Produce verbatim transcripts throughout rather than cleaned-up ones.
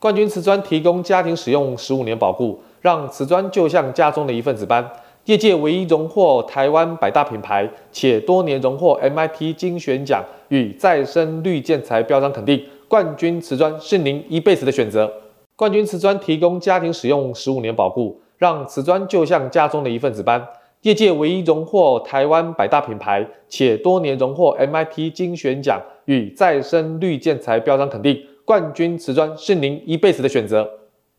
冠军瓷砖提供家庭使用十五年保固，让瓷砖就像家中的一份子般。业界唯一荣获台湾百大品牌，且多年荣获 M I T 精选奖与再生绿建材标章肯定，冠军瓷砖是您一辈子的选择。冠军瓷砖提供家庭使用十五年保固，让瓷砖就像家中的一份子般。业界唯一荣获台湾百大品牌，且多年荣获 M I T 精选奖与再生绿建材标章肯定，冠军瓷砖是您一辈子的选择。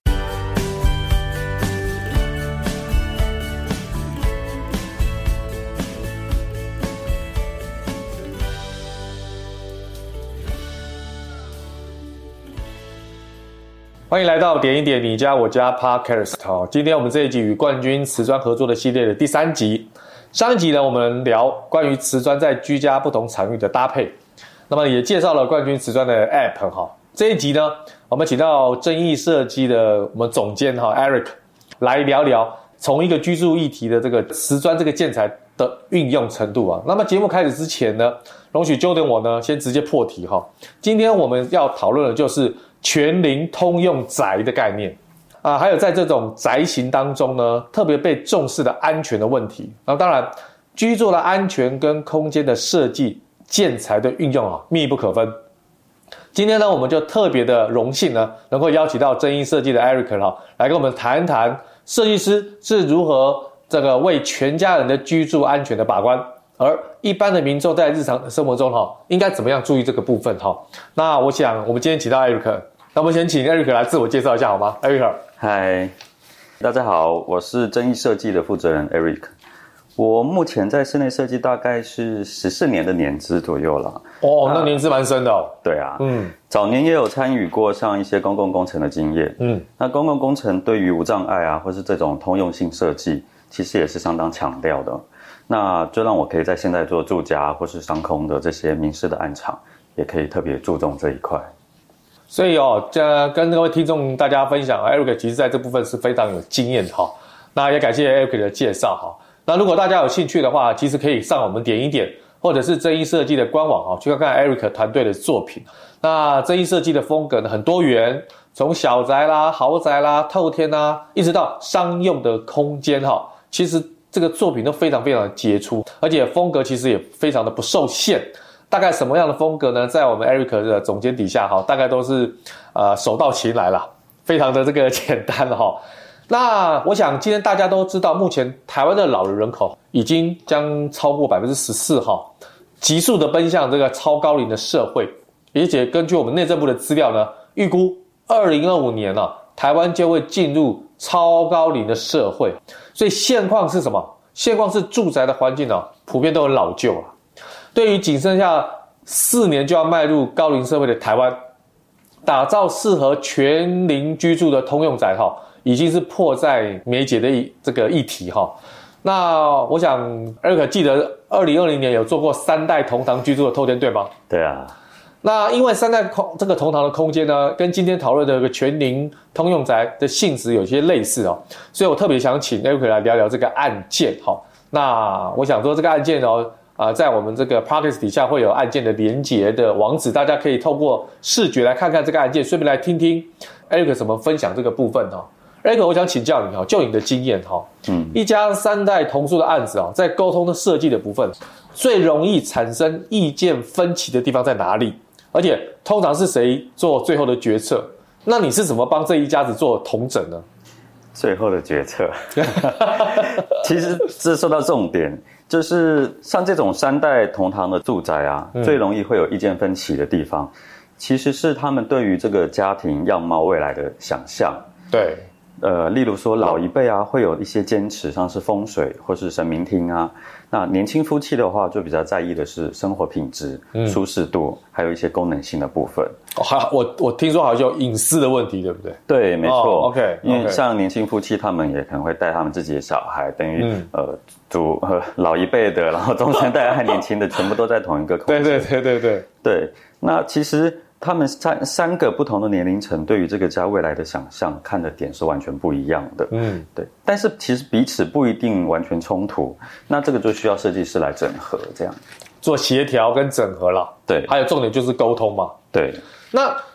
欢迎来到点一点你家我家 Podcast。 好，今天我们这一集与冠军瓷砖合作的系列的第三集。上一集呢，我们聊关于瓷砖在居家不同场域的搭配，那么也介绍了冠军瓷砖的 App 哈。这一集呢，我们请到正义设计的我们总监哈 Eric 来聊聊从一个居住议题的这个瓷砖这个建材的运用程度啊。那么节目开始之前呢，容许 Jordan 我呢先直接破题哈。今天我们要讨论的就是全龄通用宅的概念啊，还有在这种宅型当中呢，特别被重视的安全的问题。那当然，居住的安全跟空间的设计、建材的运用啊，密不可分。今天呢，我们就特别的荣幸呢，能够邀请到正义设计的 Eric 哈，来跟我们谈谈设计师是如何这个为全家人的居住安全的把关，而一般的民众在日常生活中哈，应该怎么样注意这个部分哈？那我想我们今天请到 Eric。那我们先请 Eric 来自我介绍一下好吗 ？Eric， 嗨，大家好，我是正义设计的负责人 Eric。我目前在室内设计大概是十四年的年资左右了。 哦，那年资蛮深的哦。 对啊，嗯，早年也有参与过像一些公共工程的经验。嗯，那公共工程对于无障碍啊，或是这种通用性设计，其实也是相当强调的。那就让我可以在现在做住家或是商空的这些民事的案场，也可以特别注重这一块。 所以哦，这跟各位听众大家分享 ，Eric 其实在这部分是非常有经验的哈。那也感谢 Eric 的介绍哈。那如果大家有兴趣的话，其实可以上我们点一点，或者是正义设计的官网哈，去看看 Eric 团队的作品。那正义设计的风格呢很多元，从小宅啦、豪宅啦、透天啦，一直到商用的空间哈，其实这个作品都非常非常的杰出，而且风格其实也非常的不受限。大概什么样的风格呢？在我们 Eric 的总监底下哈，大概都是呃手到擒来啦，非常的这个简单了哈。那我想今天大家都知道，目前台湾的老人人口已经将超过 百分之十四 哈，急速的奔向这个超高龄的社会，而且根据我们内政部的资料呢，预估二零二五年啊，台湾就会进入超高龄的社会。所以现况是什么？现况是住宅的环境啊，普遍都很老旧啊。对于仅剩下四年就要迈入高龄社会的台湾，打造适合全龄居住的通用宅哈，已经是迫在眉睫的这个议题哈。那我想 Eric 记得二零二零年有做过三代同堂居住的透天对吗？ 对啊。 那因为三代这个同堂的空间呢，跟今天讨论的这个全龄通用宅的性质有些类似哦，所以我特别想请 Eric 来聊聊这个案件哈。那我想说这个案件哦。啊、呃，在我们这个 podcast 底下会有案件的连结的网址，大家可以透过视觉来看看这个案件，顺便来听听 Eric 怎么分享这个部分哈。Eric， 我想请教你哈，就你的经验哈，嗯，一家三代同住的案子啊，在沟通的设计的部分，最容易产生意见分歧的地方在哪里？而且通常是谁做最后的决策？那你是怎么帮这一家子做统整呢？ 最后的决策，其实这说到重点。就是像这种三代同堂的住宅啊，嗯、最容易会有意见分歧的地方，其实是他们对于这个家庭样貌未来的想象。 对， 呃，例如说老一辈啊，会有一些坚持，像是风水或是神明厅啊。那年轻夫妻的话，就比较在意的是生活品质、嗯、舒适度，还有一些功能性的部分。 哦，好，我我听说好像有隐私的问题，对不对？ 对，没错。 哦、OK， 因为像年轻夫妻，他们也可能会带他们自己的小孩，等于、嗯、呃，主呃老一辈的，然后中生代和年轻的，全部都在同一个空间。 对对对对对对。那其实他们三三个不同的年龄层，对于这个家未来的想象看的点是完全不一样的。嗯，对。但是其实彼此不一定完全冲突，那这个就需要设计师来整合，这样做协调跟整合啦。 对， 还有重点就是沟通嘛。 对。 那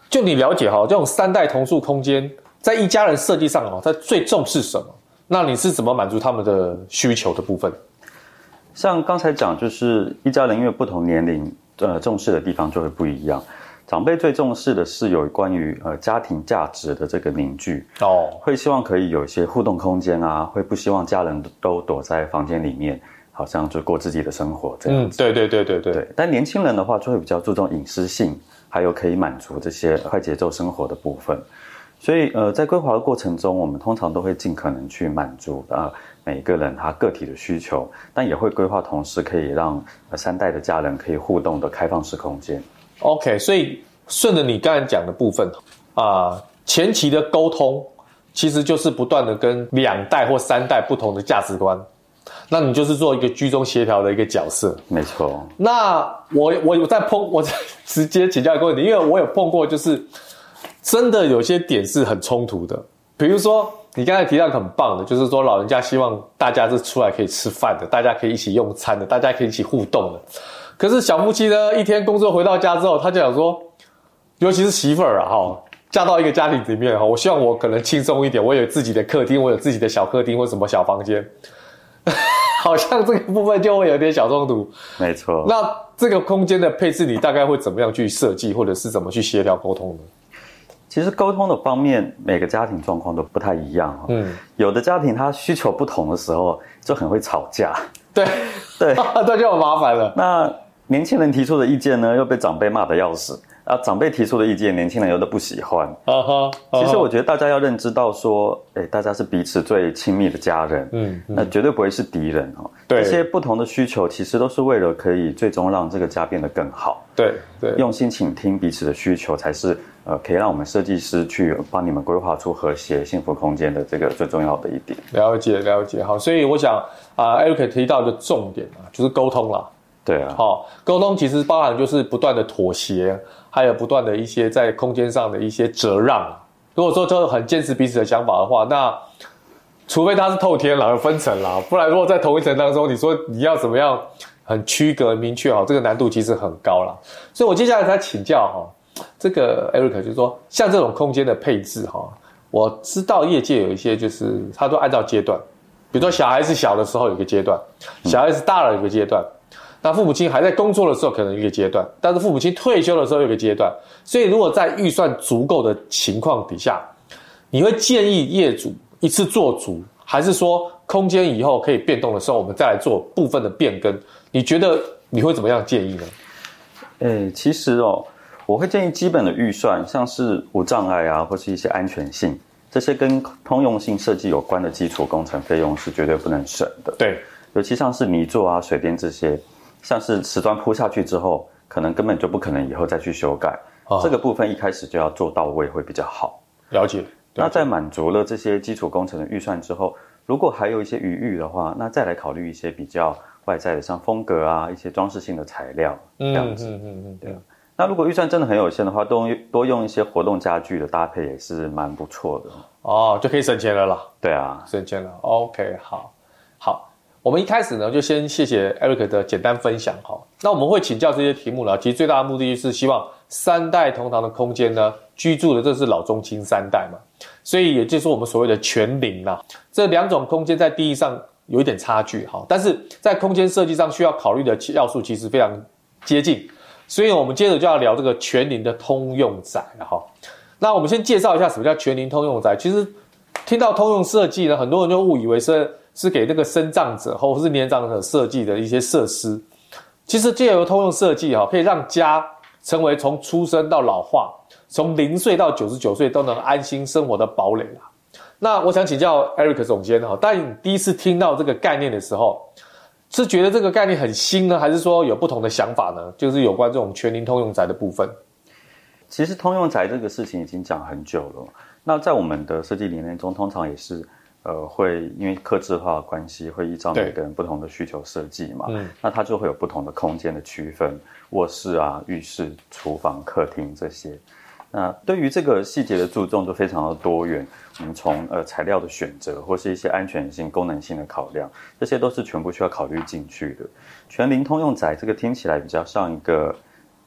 就你了解哈，这种三代同住空间在一家人设计上哦，它最重视什么？那你是怎么满足他们的需求的部分？ 像刚才讲，就是一家人因为不同年龄，呃，重视的地方就会不一样。长辈最重视的是有关于呃家庭价值的这个凝聚哦，会希望可以有一些互动空间啊，会不希望家人都躲在房间里面，好像就过自己的生活这样子。 嗯，对对对对对。 对，但年轻人的话就会比较注重隐私性，还有可以满足这些快节奏生活的部分。所以呃，在规划的过程中，我们通常都会尽可能去满足啊、呃、每一个人他个体的需求，但也会规划同时可以让、呃、三代的家人可以互动的开放式空间。 OK， 所以顺着你刚才讲的部分啊、呃，前期的沟通其实就是不断的跟两代或三代不同的价值观，那你就是做一个居中协调的一个角色。 没错。 那我我在碰，我在直接请教一个问题，因为我有碰过，就是真的有些点是很冲突的。比如说你刚才提到很棒的，就是说老人家希望大家是出来可以吃饭的，大家可以一起用餐的，大家可以一起互动的。可是小夫妻呢，一天工作回到家之后，他就想说，尤其是媳妇儿啊，哈，嫁到一个家庭里面哈，我希望我可能轻松一点，我有自己的客厅，我有自己的小客厅或什么小房间。好像这个部分就会有点小冲突。 没错。 那这个空间的配置，你大概会怎么样去设计，或者是怎么去协调沟通呢？ 其实沟通的方面，每个家庭状况都不太一样。嗯，有的家庭他需求不同的时候，就很会吵架。 对对， 那就很麻烦了。 那年轻人提出的意见呢，又被长辈骂得要死。啊，长辈提出的意见，年轻人又都不喜欢。Uh huh, uh huh. 其实我觉得大家要认知到说，哎，大家是彼此最亲密的家人，嗯，嗯那绝对不会是敌人哦。对，这些不同的需求，其实都是为了可以最终让这个家变得更好。 对对， 用心倾听彼此的需求，才是呃可以让我们设计师去帮你们规划出和谐幸福空间的这个最重要的一点。 了解了解，好，所以我想啊 ，Eric 提到的重点啊，就是沟通啦。 对啊， 好，沟通其实包含就是不断的妥协，还有不断的一些在空间上的一些折让。如果说就很坚持彼此的想法的话，那除非他是透天啦、分层啦，不然如果在同一层当中，你说你要怎么样很区隔明确哈，这个难度其实很高啦。所以我接下来才请教哈，这个 Eric 就是说，像这种空间的配置哈，我知道业界有一些就是他都按照阶段，比如说小孩子小的时候有一个阶段，小孩子大了有一个阶段。那父母亲还在工作的时候可能一个阶段，但是父母亲退休的时候有一个阶段，所以如果在预算足够的情况底下，你会建议业主一次做足，还是说空间以后可以变动的时候，我们再来做部分的变更？你觉得你会怎么样建议呢？ 诶，其实哦，我会建议基本的预算，像是无障碍啊，或是一些安全性，这些跟通用性设计有关的基础工程费用是绝对不能省的。 对， 尤其像是泥作啊、水电这些。像是瓷砖铺下去之后，可能根本就不可能以后再去修改，哦、这个部分一开始就要做到位会比较好。 了解。 那在满足了这些基础工程的预算之后，如果还有一些余裕的话，那再来考虑一些比较外在的，像风格啊、一些装饰性的材料这样子。嗯嗯嗯嗯，对。那如果预算真的很有限的话，多用多用一些活动家具的搭配也是蛮不错的。 哦，就可以省钱了啦。 对啊， 省钱了。OK， 好，好。我们一开始呢，就先谢谢 Eric 的简单分享哈。那我们会请教这些题目呢，其实最大的目的是希望三代同堂的空间呢，居住的这是老中青三代嘛，所以也就是我们所谓的全龄啦。这两种空间在定义上有一点差距哈，但是在空间设计上需要考虑的要素其实非常接近，所以我们接着就要聊这个全龄的通用宅了哈。那我们先介绍一下什么叫全龄通用宅。其实听到通用设计呢，很多人就误以为是。是给那个身障者或是年长者设计的一些设施，其实借由通用设计可以让家成为从出生到老化，从零岁到九十九岁都能安心生活的堡垒啦。那我想请教 Eric 总监哈，当你第一次听到这个概念的时候，是觉得这个概念很新呢，还是说有不同的想法呢？就是有关这种全龄通用宅的部分。 其实通用宅这个事情已经讲很久了，那在我们的设计理念中，通常也是。呃，会因为客制化的关系，会依照每个人不同的需求设计嘛，嗯，那它就会有不同的空间的区分，卧室啊、浴室、厨房、客厅这些。那对于这个细节的注重就非常的多元，我们从呃材料的选择，或是一些安全性、功能性的考量，这些都是全部需要考虑进去的。全龄通用宅这个听起来比较像一个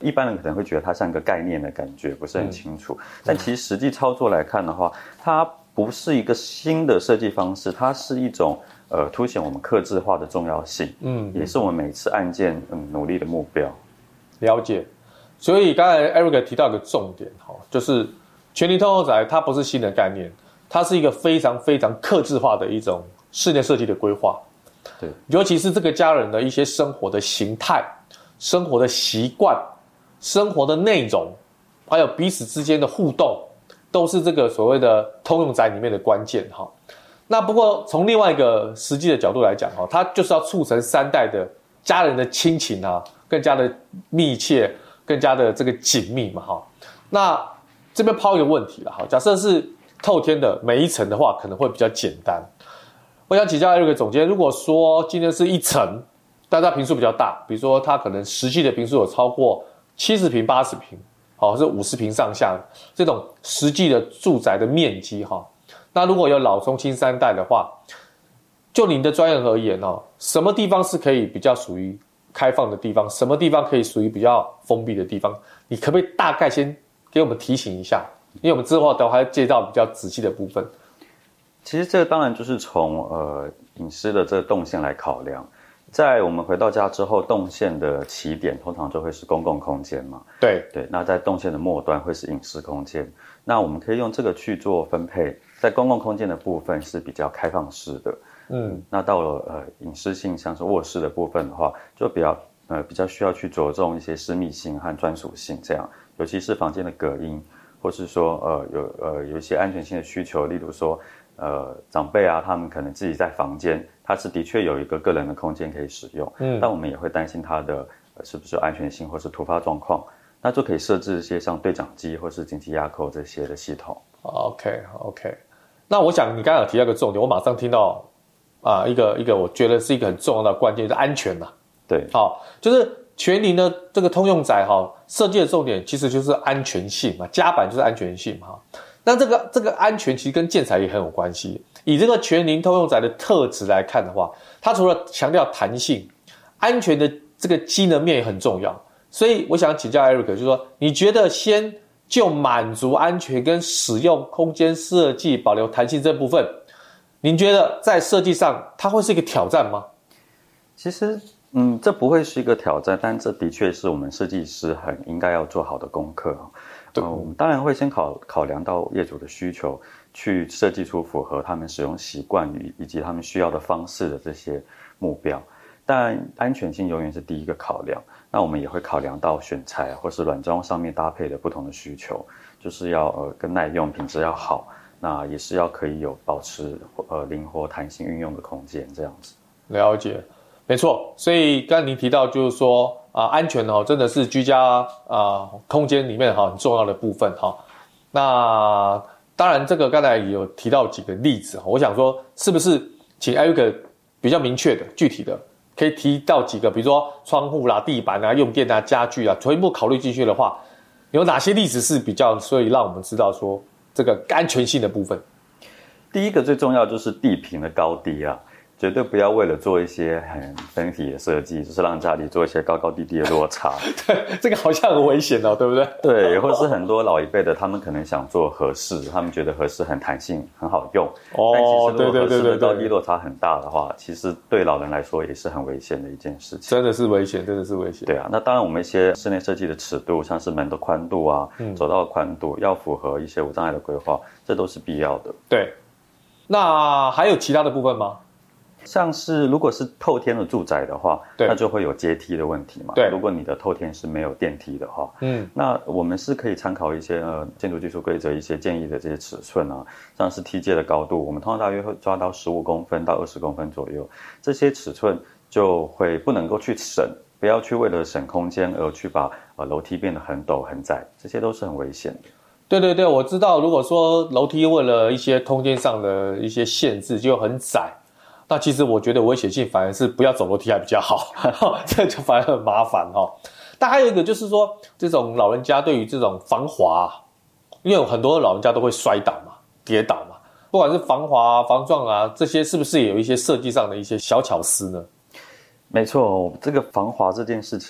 一般人可能会觉得它像一个概念的感觉，不是很清楚。嗯、但其实实际操作来看的话，它不是一个新的设计方式，它是一种呃凸显我们客制化的重要性，嗯，也是我们每次案件嗯努力的目标。 了解。所以刚才 Eric 提到一个重点哈，就是全龄通用宅它不是新的概念，它是一个非常非常客制化的一种室内设计的规划。 对， 尤其是这个家人的一些生活的形态、生活的习惯、生活的内容，还有彼此之间的互动，都是这个所谓的通用宅里面的关键哈。那不过从另外一个实际的角度来讲哈，它就是要促成三代的家人的亲情啊，更加的密切，更加的这个紧密嘛哈。那这边抛一个问题了哈，假设是透天的每一层的话，可能会比较简单。我想请教Eric总监，如果说今天是一层，但它坪数比较大，比如说它可能实际的坪数有超过七十坪、八十坪，好，是五十坪上下这种实际的住宅的面积哈。那如果有老中青三代的话，就您的专业而言哦，什么地方是可以比较属于开放的地方，什么地方可以属于比较封闭的地方？你可不可以大概先给我们提醒一下？因为我们之后都还介绍比较仔细的部分。 其实这当然就是从呃隐私的这个动线来考量，在我们回到家之后，动线的起点通常就会是公共空间嘛。 对对，那在动线的末端会是隐私空间，那我们可以用这个去做分配，在公共空间的部分是比较开放式的，嗯，那到了呃隐私性像是卧室的部分的话，就比较呃比较需要去着重一些私密性和专属性，这样，尤其是房间的隔音，或是说呃有呃有一些安全性的需求，例如说。呃，长辈啊，他们可能自己在房间，他是的确有一个个人的空间可以使用，嗯，但我们也会担心他的、呃、是不是有安全性或是突发状况，那就可以设置一些像对讲机或是紧急压扣这些的系统。 OK OK， 那我想你刚才有提到一个重点，我马上听到啊一个一个我觉得是一个很重要的关键，就是安全嘛。 对， 好，就是全龄的这个通用宅哈，设计的重点其实就是安全性嘛，家板就是安全性嘛。那这个这个安全其实跟建材也很有关系。以这个全龄通用宅的特质来看的话，它除了强调弹性，安全的这个机能面也很重要。所以我想请教 Eric， 就是说，你觉得先就满足安全跟使用空间设计保留弹性这部分，您觉得在设计上它会是一个挑战吗？ 其实，嗯，这不会是一个挑战，但这的确是我们设计师很应该要做好的功课。对，我们当然会先考考量到业主的需求，去设计出符合他们使用习惯与以及他们需要的方式的这些目标。但安全性永远是第一个考量。那我们也会考量到选材或是软装上面搭配的不同的需求，就是要呃更耐用，品质要好，那也是要可以有保持呃灵活弹性运用的空间这样子。 了解，没错。所以刚才您提到就是说。啊，安全哦，真的是居家啊空间里面哈很重要的部分哈。那当然，这个刚才也有提到几个例子哈，我想说，是不是请 Eric 比较明确的、具体的，可以提到几个，比如说窗户啦、地板啊、用电啊、家具啊，全部考虑进去的话，有哪些例子是比较，所以让我们知道说这个安全性的部分。 第一个最重要就是地坪的高低啊。绝对不要为了做一些很分体的设计，就是让家里做一些高高低低的落差。 对，这个好像很危险哦，对不对？ 对，或是很多老一辈的，他们可能想做合适，他们觉得合适很弹性，很好用。哦，但其实如果合适的高低落差很大的话，其实对老人来说也是很危险的一件事情。 真的是危险，真的是危险。 对啊，那当然我们一些室内设计的尺度，像是门的宽度啊、嗯、走道的宽度，要符合一些无障碍的规划，这都是必要的。 对，那还有其他的部分吗？ 像是如果是透天的住宅的话，那就会有阶梯的问题嘛。 对， 如果你的透天是没有电梯的话，嗯，那我们是可以参考一些呃建筑技术规则一些建议的这些尺寸啊，像是梯阶的高度，我们通常大约会抓到十五公分到二十公分左右，这些尺寸就会不能够去省，不要去为了省空间而去把呃楼梯变得很陡很窄，这些都是很危险的。 对对对，我知道，如果说楼梯为了一些空间上的一些限制就很窄。那其实我觉得危险性反而是不要走楼梯还比较好，这就反而很麻烦哈。但还有一个就是说，这种老人家对于这种防滑，因为很多老人家都会摔倒嘛、跌倒嘛，不管是防滑、防撞啊，这些是不是也有一些设计上的一些小巧思呢？ 没错，这个防滑这件事情，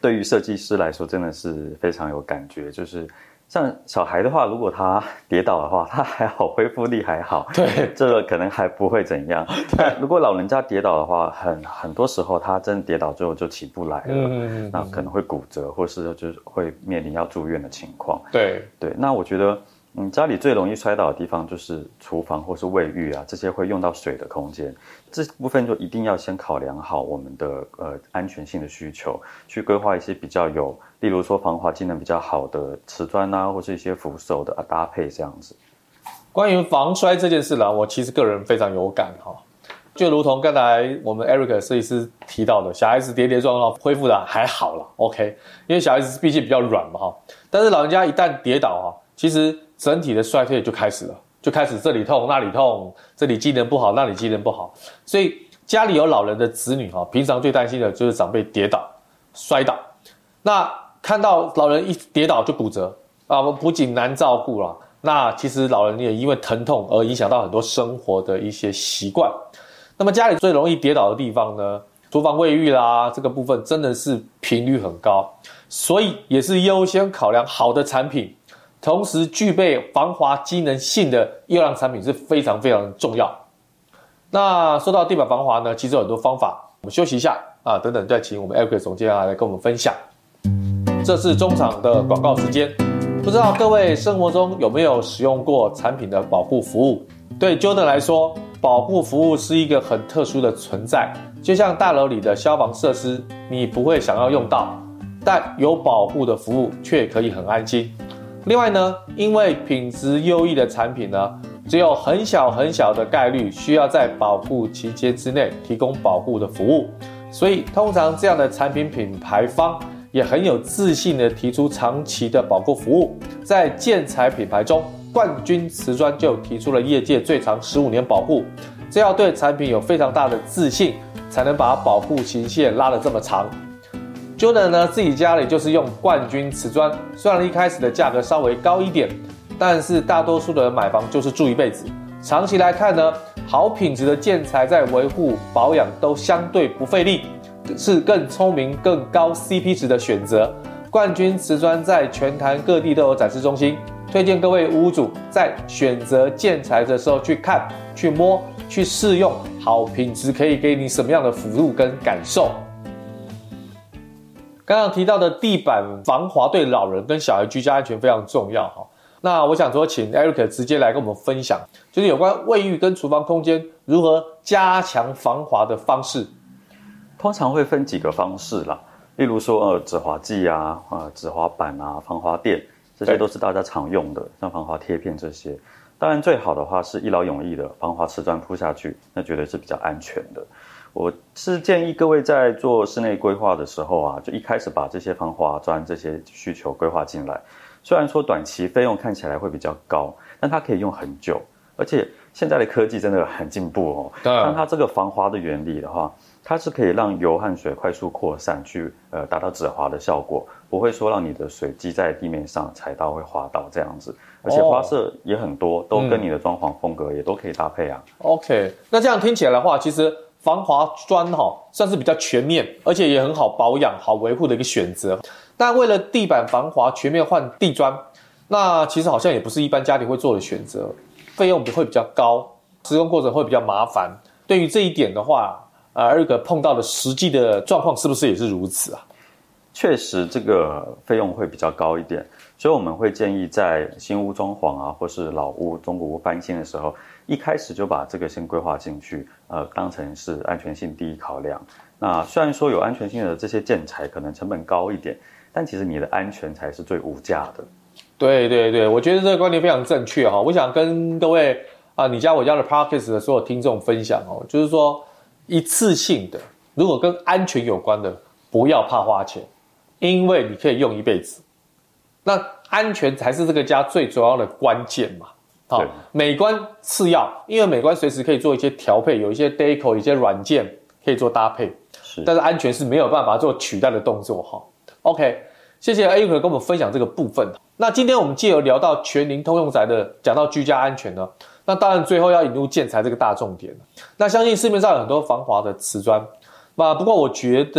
对于设计师来说真的是非常有感觉，就是像小孩的话，如果他跌倒的话，他还好，恢复力还好， 对， 这个可能还不会怎样。但如果老人家跌倒的话，很很多时候他真的跌倒之后就起不来了，嗯嗯嗯，那可能会骨折，或是就是会面临要住院的情况。 对对，那我觉得。嗯，家里最容易摔倒的地方就是厨房或是卫浴啊，这些会用到水的空间，这部分就一定要先考量好我们的呃安全性的需求，去规划一些比较有，例如说防滑机能比较好的瓷砖啊，或是一些扶手的、啊、搭配这样子。 关于防摔这件事呢，我其实个人非常有感哈，就如同刚才我们 Eric 设计师提到的，小孩子跌跌撞撞恢复的还好了 ，OK， 因为小孩子毕竟比较软嘛哈，但是老人家一旦跌倒哈，其实整体的衰退就开始了，就开始这里痛那里痛，这里机能不好那里机能不好，所以家里有老人的子女哈，平常最担心的就是长辈跌倒摔倒，那看到老人一跌倒就骨折啊，不仅难照顾了，那其实老人也因为疼痛而影响到很多生活的一些习惯。那么家里最容易跌倒的地方呢，厨房卫浴啦，这个部分真的是频率很高，所以也是优先考量好的产品，同时具备防滑机能性的优良产品是非常非常重要。那说到地板防滑呢，其实有很多方法，我们休息一下啊，等等再请我们 Eric 总监啊来跟我们分享。这是中场的广告时间，不知道各位生活中有没有使用过产品的保护服务？对 Jordan 来说，保护服务是一个很特殊的存在，就像大楼里的消防设施，你不会想要用到，但有保护的服务却可以很安心。另外呢，因为品质优异的产品呢，只有很小很小的概率需要在保护期间之内提供保护的服务，所以通常这样的产品品牌方也很有自信地提出长期的保护服务。在建材品牌中，冠军瓷砖就提出了业界最长十五年保护，这要对产品有非常大的自信，才能把保护期限拉得这么长。Jordan 呢，自己家里就是用冠军瓷砖，虽然一开始的价格稍微高一点，但是大多数的人买房就是住一辈子。长期来看呢，好品质的建材在维护保养都相对不费力，是更聪明、更高 C P 值的选择。冠军瓷砖在全台各地都有展示中心，推荐各位屋主在选择建材的时候去看、去摸、去试用，好品质可以给你什么样的服务跟感受。刚刚提到的地板防滑对老人跟小孩居家安全非常重要哈。那我想说，请 Eric 直接来跟我们分享，就是有关卫浴跟厨房空间如何加强防滑的方式。 通常会分几个方式啦，例如说呃止滑剂啊、呃止滑板啊、防滑垫，这些都是大家常用的，像防滑贴片这些。当然最好的话是一劳永逸的防滑瓷砖铺下去，那绝对是比较安全的。我是建议各位在做室内规划的时候啊，就一开始把这些防滑砖这些需求规划进来。虽然说短期费用看起来会比较高，但它可以用很久，而且现在的科技真的很进步哦。像它这个防滑的原理的话，它是可以让油和水快速扩散去呃达到止滑的效果，不会说让你的水积在地面上踩到会滑倒这样子。而且花色也很多，都跟你的装潢风格也都可以搭配啊。 OK， 那这样听起来的话，其实防滑砖哈算是比较全面，而且也很好保养、好维护的一个选择。但为了地板防滑全面换地砖，那其实好像也不是一般家庭会做的选择，费用会比较高，施工过程会比较麻烦。对于这一点的话，呃 Eric 碰到的实际的状况是不是也是如此啊？ 确实，这个费用会比较高一点，所以我们会建议在新屋装潢啊，或是老屋、中古屋翻新的时候，一开始就把这个先规划进去，呃，当成是安全性第一考量。那虽然说有安全性的这些建材可能成本高一点，但其实你的安全才是最无价的。 对对对，我觉得这个观点非常正确哈。我想跟各位啊，你家我家的 Podcast 的所有听众分享哦，就是说一次性的，如果跟安全有关的，不要怕花钱。因为你可以用一辈子，那安全才是这个家最主要的关键嘛。好，美观次要，因为美观随时可以做一些调配，有一些 deco 一些软件可以做搭配，是，但是安全是没有办法做取代的动作哈。OK， 谢谢 Eric 跟我们分享这个部分。那今天我们藉由聊到全龄通用宅的，讲到居家安全呢，那当然最后要引入建材这个大重点。那相信市面上有很多防滑的瓷砖，那不过我觉得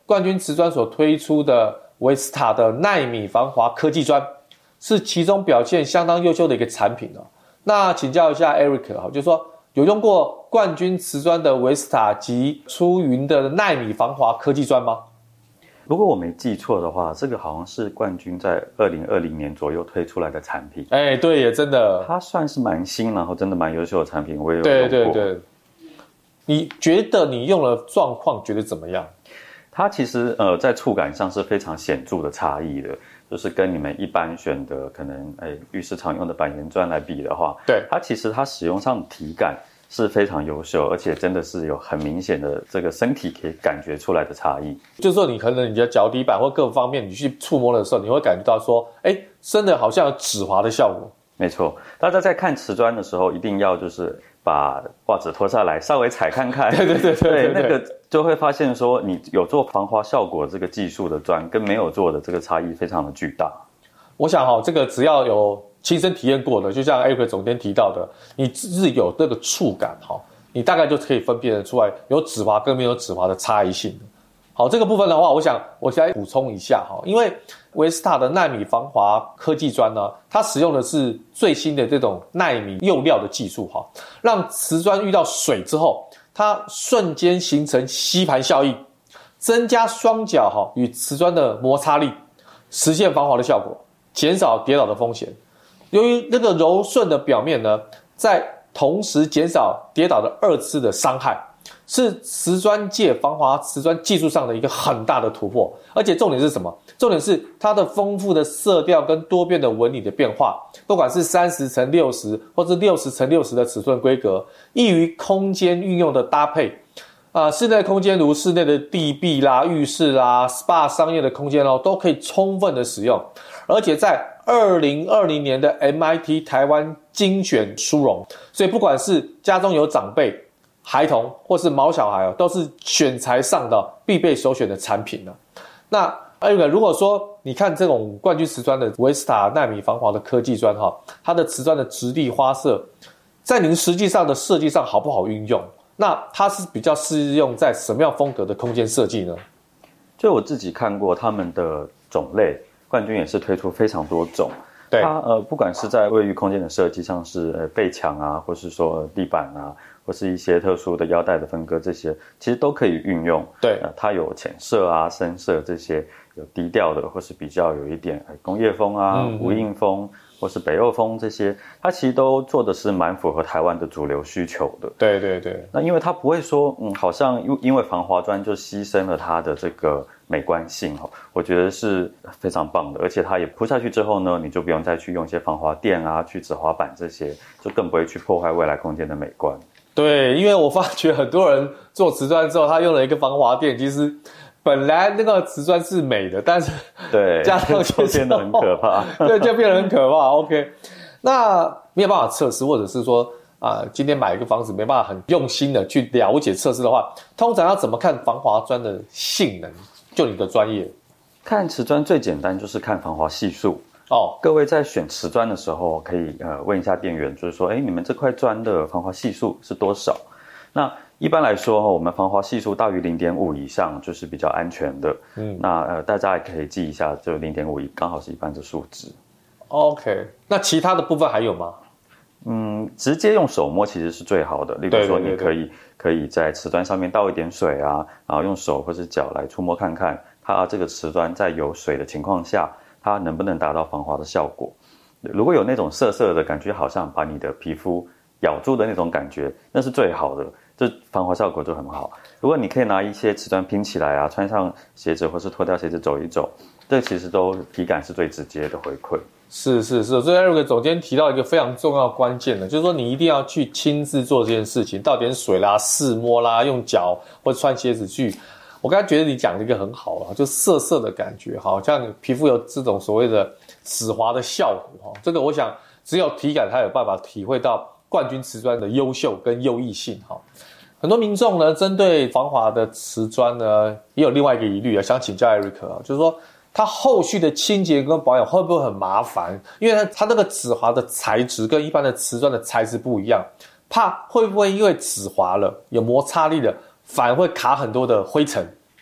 冠军瓷砖所推出的维斯塔的奈米防滑科技砖，是其中表现相当优秀的一个产品哦。那请教一下 Eric 哈，就是说有用过冠军瓷砖的维斯塔及出云的奈米防滑科技砖吗？ 如果我没记错的话，这个好像是冠军在二零二零年左右推出来的产品。 哎，对耶，真的， 它算是蛮新，然后真的蛮优秀的产品，我也有用过。 对对对，你觉得你用了状况觉得怎么样？ 它其实呃在触感上是非常显著的差异的，就是跟你们一般选的可能哎浴室常用的板岩砖来比的话， 对， 它其实它使用上的体感是非常优秀，而且真的是有很明显的这个身体可以感觉出来的差异。 就是说你可能你的脚底板或各方面你去触摸的时候，你会感觉到说，哎，真的好像有指滑的效果。 没错，大家在看瓷砖的时候，一定要就是把袜子脱下来，稍微踩看看。 对对对 对, 对, 对， 那个就会发现说，你有做防滑效果这个技术的砖，跟没有做的这个差异非常的巨大。 我想哈、哦，这个只要有亲身体验过的，就像 Eric 总监提到的，你是有这个触感哈，你大概就可以分辨得出来有指滑跟没有指滑的差异性。好，这个部分的话，我想我先来补充一下哈，因为维斯塔的奈米防滑科技砖呢，它使用的是最新的这种奈米釉料的技术哈，让瓷砖遇到水之后，它瞬间形成吸盘效应，增加双脚哈与瓷砖的摩擦力，实现防滑的效果，减少跌倒的风险。由于那个柔顺的表面呢，在同时减少跌倒的二次的伤害，是瓷砖界防滑瓷砖技术上的一个很大的突破。而且重点是什么？重点是它的丰富的色调跟多变的纹理的变化，不管是三十乘六十或是六十乘六十的尺寸规格，易于空间运用的搭配。啊、呃，室内空间如室内的地壁啦、浴室啦、S P A 商业的空间哦，都可以充分的使用。而且在二零二零年的 M I T 台湾精选殊荣，所以不管是家中有长辈、孩童或是毛小孩哦，都是选材上的必备首选的产品了。那Eric，如果说你看这种冠军瓷砖的维斯塔奈米防滑的科技砖哈，它的瓷砖的质地花色，在您实际上的设计上好不好运用？那它是比较适用在什么样风格的空间设计呢？ 就我自己看过他们的种类，冠军也是推出非常多种。 对， 它呃不管是在卫浴空间的设计，像是呃背墙啊，或是说地板啊，或是一些特殊的腰带的分割，这些其实都可以运用。 对， 呃，它有浅色啊、深色这些，有低调的，或是比较有一点工业风啊、嗯嗯无印风，或是北欧风这些，它其实都做的是蛮符合台湾的主流需求的。 对对对。 那因为它不会说，嗯，好像因因为防滑砖就牺牲了它的这个美观性哈，我觉得是非常棒的。而且它也铺下去之后呢，你就不用再去用一些防滑垫啊、去止滑板这些，就更不会去破坏未来空间的美观。 对，因为我发觉很多人做瓷砖之后，他用了一个防滑垫，其实本来那个瓷砖是美的，但是对加上去就变得很可怕。 对，就变得很可怕。OK， 那没有办法测试，或者是说啊、呃，今天买一个房子没办法很用心的去了解测试的话，通常要怎么看防滑砖的性能？就你的专业， 看瓷砖最简单就是看防滑系数。哦，各位在选瓷砖的时候，可以呃问一下店员，就是说，哎，你们这块砖的防滑系数是多少？那一般来说，我们防滑系数大于 零点五 以上就是比较安全的。嗯，那呃大家也可以记一下，就 零点五 刚好是一般的数值。 OK， 那其他的部分还有吗？ 嗯，直接用手摸其实是最好的。例如说，你可以对对对可以在瓷砖上面倒一点水啊，然后用手或是脚来触摸看看，它这个瓷砖在有水的情况下，它能不能达到防滑的效果。如果有那种涩涩的感觉，好像把你的皮肤咬住的那种感觉，那是最好的，这防滑效果就很好。如果你可以拿一些瓷砖拼起来啊，穿上鞋子或是脱掉鞋子走一走，这其实都体感是最直接的回馈。是是是，所以 Eric 总监提到一个非常重要的关键的，就是说你一定要去亲自做这件事情，倒点水啦、试摸啦、用脚或者穿鞋子去。我刚才觉得你讲了一个很好啊，就涩涩的感觉，好像皮肤有这种所谓的止滑的效果哈。这个我想只有体感才有办法体会到冠军瓷砖的优秀跟优异性哈。很多民众呢，针对防滑的瓷砖呢，也有另外一个疑虑啊，想请教 Eric 啊，就是说它后续的清洁跟保养会不会很麻烦？因为它它那个止滑的材质跟一般的瓷砖的材质不一样，怕会不会因为止滑了有摩擦力了，反而会卡很多的灰尘，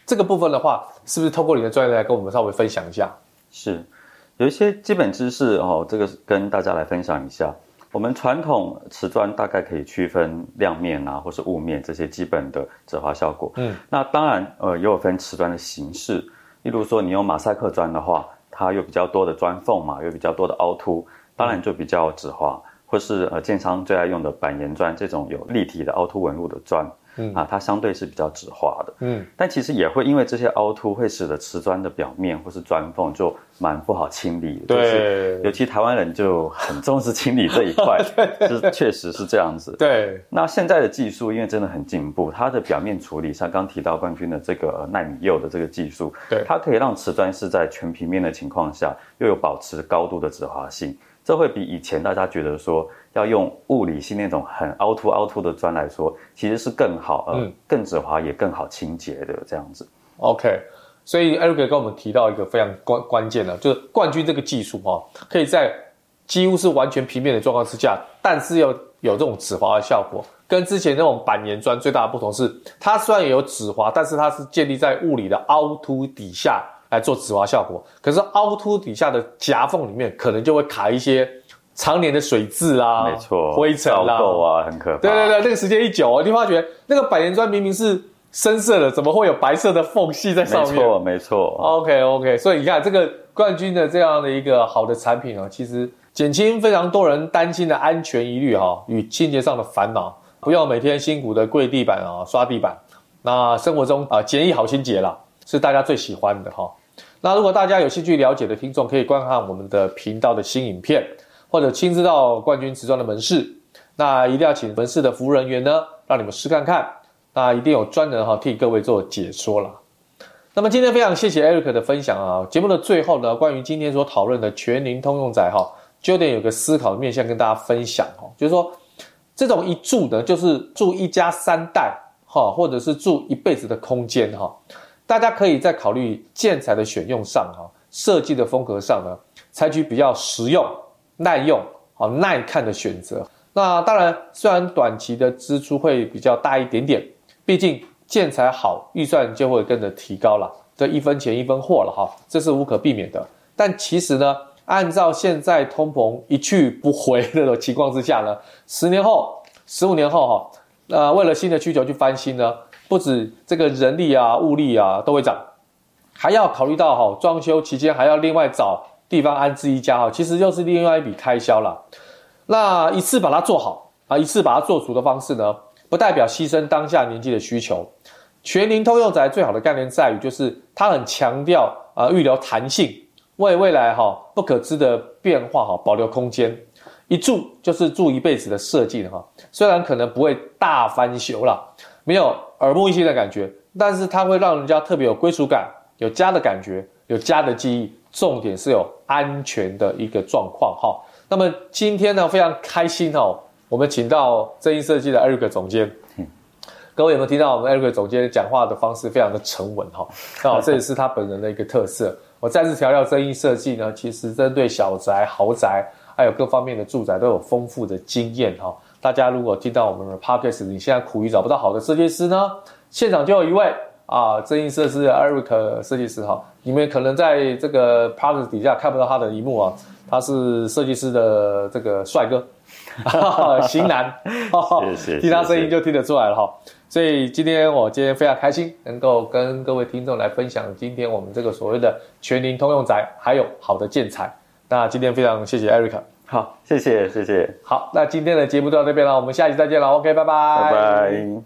这个部分的话，是不是透过你的专业来跟我们稍微分享一下？ 是，有一些基本知识哦，这个跟大家来分享一下。我们传统瓷砖大概可以区分亮面啊，或是雾面这些基本的锗滑效果。嗯，那当然，呃，也有分瓷砖的形式。例如说，你用马赛克砖的话，它有比较多的砖缝嘛，有比较多的凹凸，当然就比较锗滑。或是呃，建商最爱用的板岩砖这种有立体的凹凸纹路的砖。嗯啊，它相对是比较锗滑的，嗯，但其实也会因为这些凹凸会使得瓷砖的表面或是砖缝就蛮不好清理的， 对， 就是、尤其台湾人就很重视清理这一块，就是确实是这样子。 对， 那现在的技术因为真的很进步，它的表面处理，像刚提到冠军的这个奈米釉的这个技术， 对， 它可以让瓷砖是在全平面的情况下，又有保持高度的锗滑性。这会比以前大家觉得说要用物理性那种很凹凸凹凸的砖来说，其实是更好，呃，嗯、更锗滑也更好清洁的这样子。 OK， 所以 Eric 跟我们提到一个非常关关键的，就是冠军这个技术哈、哦，可以在几乎是完全平面的状况之下，但是要有这种锗滑的效果。跟之前那种板岩砖最大的不同是，它虽然也有锗滑，但是它是建立在物理的凹凸底下来做锗滑效果，可是凹凸底下的夹缝里面可能就会卡一些常年的水渍啊， 没错， 灰尘啦， 造垢啊，很可怕。 对对对，那个时间一久，你发觉那个板岩砖明明是深色的，怎么会有白色的缝隙在上面？ 没错没错。 OK OK， 所以你看这个冠军的这样的一个好的产品啊，其实减轻非常多人担心的安全疑虑哈，与清洁上的烦恼，不要每天辛苦的跪地板啊、刷地板。那生活中啊，简易好清洁啦，是大家最喜欢的哈。那如果大家有兴趣了解的听众，可以观看我们的频道的新影片，或者亲自到冠军瓷砖的门市。那一定要请门市的服务人员呢，让你们试看看。那一定有专人哈替各位做解说啦。那么今天非常谢谢 Eric 的分享啊。节目的最后呢，关于今天所讨论的全龄通用宅哈 ，Jordan 有个思考的面向跟大家分享哈，就是说这种一住呢，就是住一家三代哈，或者是住一辈子的空间哈。大家可以在考虑建材的选用上哈，设计的风格上呢，采取比较实用、耐用、好耐看的选择。那当然，虽然短期的支出会比较大一点点，毕竟建材好，预算就会跟着提高了，这一分钱一分货了哈，这是无可避免的。但其实呢，按照现在通膨一去不回的情况之下呢，十年后、十五年后哈，呃，为了新的需求去翻新呢，不止这个人力啊、物力啊都会涨，还要考虑到哈，装修期间还要另外找地方安置一家哈，其实又是另外一笔开销啦。那一次把它做好啊，一次把它做足的方式呢，不代表牺牲当下年纪的需求。全龄通用宅最好的概念在于，就是它很强调啊、呃、预留弹性，为未来哈、哦、不可知的变化哈、哦、保留空间。一住就是住一辈子的设计哈，虽然可能不会大翻修啦，没有耳目一新的感觉，但是它会让人家特别有归属感，有家的感觉，有家的记忆。重点是有安全的一个状况哈。那么今天呢，非常开心哦，我们请到正义设计的 Eric 总监。各位有没有听到我们 Eric 总监讲话的方式非常的沉稳哈？刚好这也是他本人的一个特色。我再次强调，正义设计呢，其实针对小宅、豪宅还有各方面的住宅都有丰富的经验哈。大家如果听到我们的 Podcast， 你现在苦于找不到好的设计师呢，现场就有一位啊，正义设计的 Eric 设计师哈。你们可能在这个 Podcast 底下看不到他的荧幕啊。他是设计师的这个帅哥，型男， 谢谢， 听他声音就听得出来了哈。所以今天我今天非常开心，能够跟各位听众来分享今天我们这个所谓的全龄通用宅，还有好的建材。那今天非常谢谢 Eric， 好，谢谢谢谢。 好，那今天的节目就到这边了，我们下期再见了 ，OK， 拜拜， 拜拜。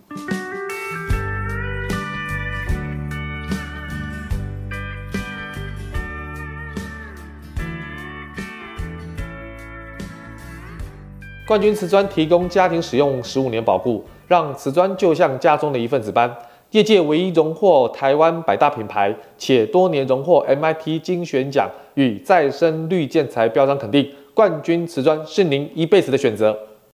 冠军瓷砖提供家庭使用十五年保固，让瓷砖就像家中的一份子般。业界唯一荣获台湾百大品牌，且多年荣获 M I T 精选奖与再生绿建材标章肯定。冠军瓷砖是您一辈子的选择。